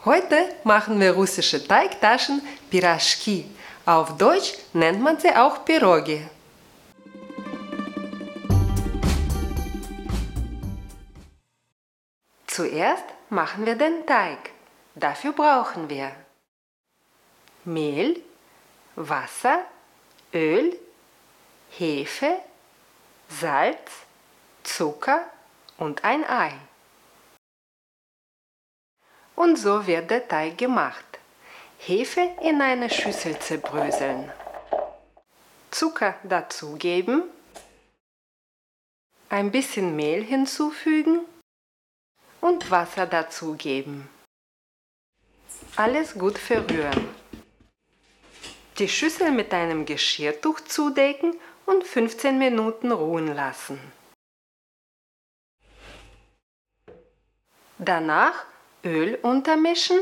Heute machen wir russische Teigtaschen Piraschki. Auf Deutsch nennt man sie auch Pirogi. Zuerst machen wir den Teig. Dafür brauchen wir Mehl, Wasser, Öl, Hefe, Salz, Zucker und ein Ei. Und so wird der Teig gemacht. Hefe in eine Schüssel zerbröseln, Zucker dazugeben, ein bisschen Mehl hinzufügen und Wasser dazugeben. Alles gut verrühren. Die Schüssel mit einem Geschirrtuch zudecken und 15 Minuten ruhen lassen. Danach Öl untermischen,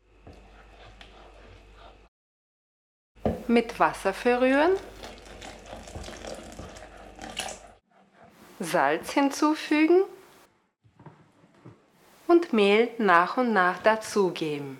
mit Wasser verrühren, Salz hinzufügen und Mehl nach und nach dazugeben.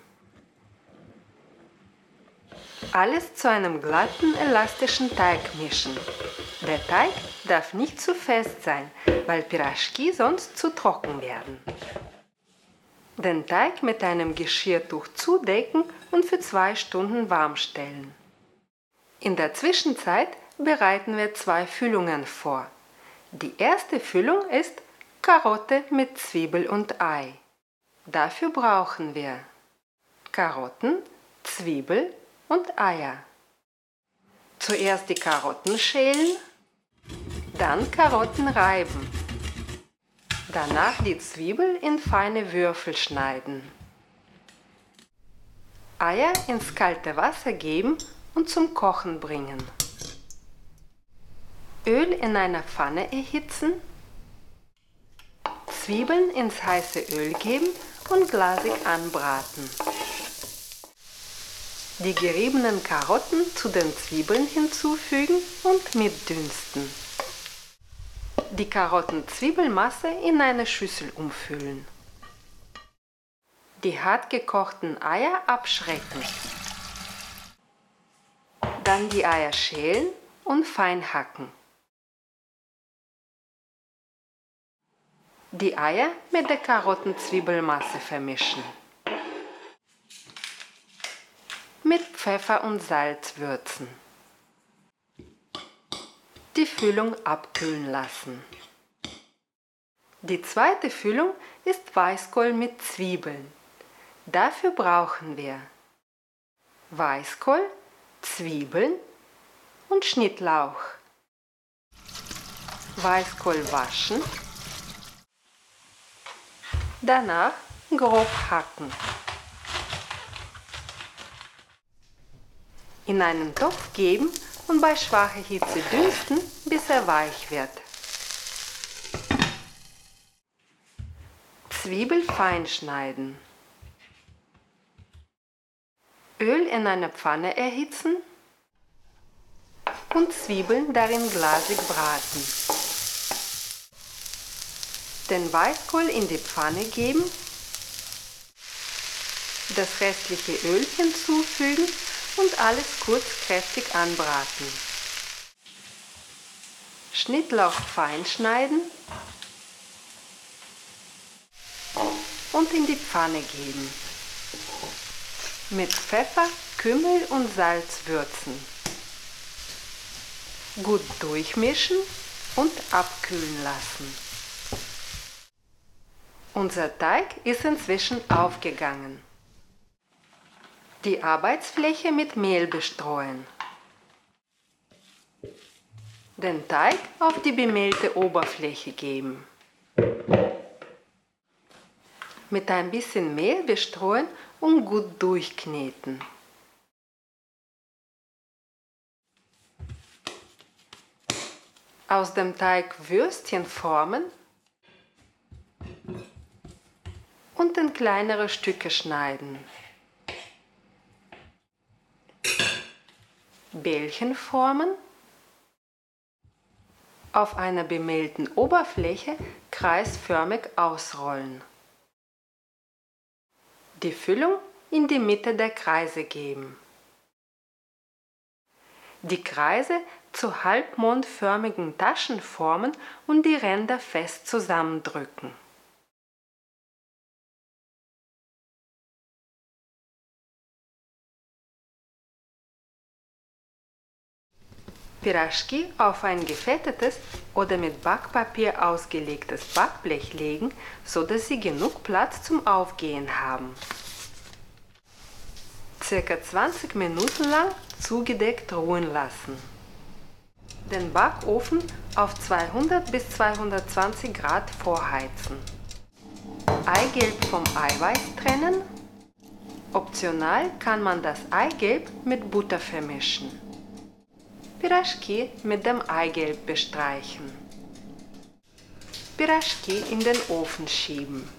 Alles zu einem glatten, elastischen Teig mischen. Der Teig darf nicht zu fest sein, weil Piraschki sonst zu trocken werden. Den Teig mit einem Geschirrtuch zudecken und für 2 Stunden warm stellen. In der Zwischenzeit bereiten wir 2 Füllungen vor. Die erste Füllung ist Karotte mit Zwiebel und Ei. Dafür brauchen wir Karotten, Zwiebel und Eier. Zuerst die Karotten schälen, dann Karotten reiben. Danach die Zwiebel in feine Würfel schneiden. Eier ins kalte Wasser geben und zum Kochen bringen. Öl in einer Pfanne erhitzen, Zwiebeln ins heiße Öl geben und glasig anbraten. Die geriebenen Karotten zu den Zwiebeln hinzufügen und mitdünsten. Die Karotten-Zwiebelmasse in eine Schüssel umfüllen. Die hart gekochten Eier abschrecken. Dann die Eier schälen und fein hacken. Die Eier mit der Karotten-Zwiebelmasse vermischen. Mit Pfeffer und Salz würzen. Die Füllung abkühlen lassen. Die zweite Füllung ist Weißkohl mit Zwiebeln. Dafür brauchen wir Weißkohl, Zwiebeln und Schnittlauch. Weißkohl waschen, danach grob hacken. In einen Topf geben und bei schwacher Hitze dünsten, bis er weich wird. Zwiebel fein schneiden. Öl in einer Pfanne erhitzen und Zwiebeln darin glasig braten. Den Weißkohl in die Pfanne geben, das restliche Öl hinzufügen und alles kurz kräftig anbraten. Schnittlauch fein schneiden und in die Pfanne geben. Mit Pfeffer, Kümmel und Salz würzen. Gut durchmischen und abkühlen lassen. Unser Teig ist inzwischen aufgegangen. Die Arbeitsfläche mit Mehl bestreuen. Den Teig auf die bemehlte Oberfläche geben. Mit ein bisschen Mehl bestreuen und gut durchkneten. Aus dem Teig Würstchen formen und in kleinere Stücke schneiden. Bällchen formen, auf einer bemehlten Oberfläche kreisförmig ausrollen. Die Füllung in die Mitte der Kreise geben. Die Kreise zu halbmondförmigen Taschen formen und die Ränder fest zusammendrücken. Piraschki auf ein gefettetes oder mit Backpapier ausgelegtes Backblech legen, sodass sie genug Platz zum Aufgehen haben. Circa 20 Minuten lang zugedeckt ruhen lassen. Den Backofen auf 200 bis 220 Grad vorheizen. Eigelb vom Eiweiß trennen. Optional kann man das Eigelb mit Butter vermischen. Piraschki mit dem Eigelb bestreichen. Piraschki in den Ofen schieben.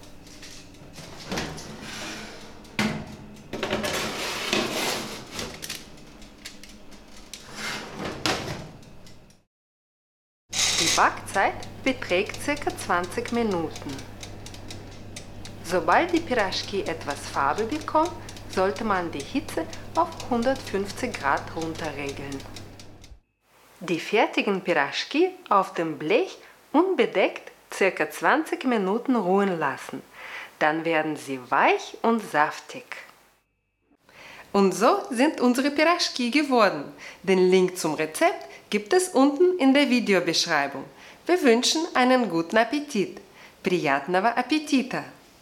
Die Backzeit beträgt ca. 20 Minuten. Sobald die Piraschki etwas Farbe bekommt, sollte man die Hitze auf 150 Grad runterregeln. Die fertigen Piraschki auf dem Blech unbedeckt ca. 20 Minuten ruhen lassen. Dann werden sie weich und saftig. Und so sind unsere Piraschki geworden. Den Link zum Rezept gibt es unten in der Videobeschreibung. Wir wünschen einen guten Appetit. Приятного аппетита!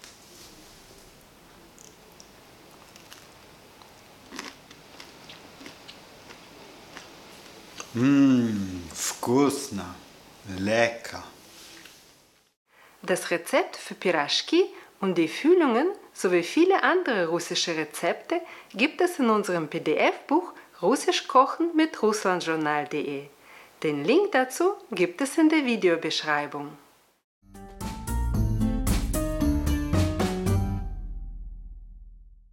Вкусно, lecker. Das Rezept für Piraschki und die Füllungen sowie viele andere russische Rezepte gibt es in unserem PDF-Buch Russisch kochen mit russlandjournal.de. Den Link dazu gibt es in der Videobeschreibung.